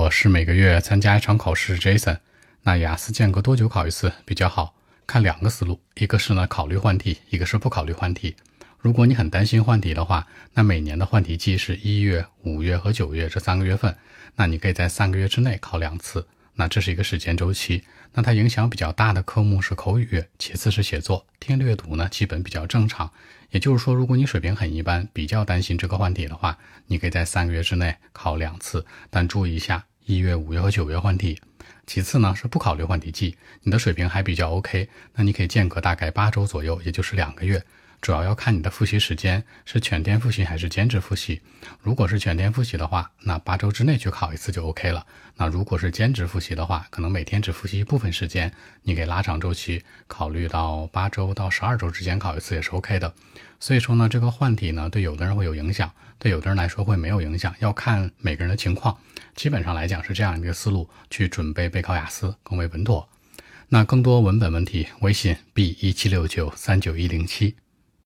我是每个月参加一场考试 Jason。那雅思间隔多久考一次比较好？看两个思路，一个是呢考虑换题，一个是不考虑换题。如果你很担心换题的话，那每年的换题季是1月、5月和9月这3个月份，那你可以在3个月之内考2次，那这是一个时间周期。那它影响比较大的科目是口语，其次是写作，听力阅读呢基本比较正常。也就是说，如果你水平很一般，比较担心这个换题的话，你可以在3个月之内考2次，但注意一下1月、5月和9月换题。其次呢是不考虑换题季，你的水平还比较 OK， 那你可以间隔大概8周左右，也就是2个月。主要要看你的复习时间是全天复习还是兼职复习。如果是全天复习的话，那8周之内去考一次就 OK 了。那如果是兼职复习的话，可能每天只复习一部分时间，你给拉长周期，考虑到8周到12周之间考一次也是 OK 的。所以说呢，这个换题呢，对有的人会有影响，对有的人来说会没有影响，要看每个人的情况。基本上来讲是这样一个思路去准备备考雅思更为稳妥。那更多文本问题，微信 B176939107。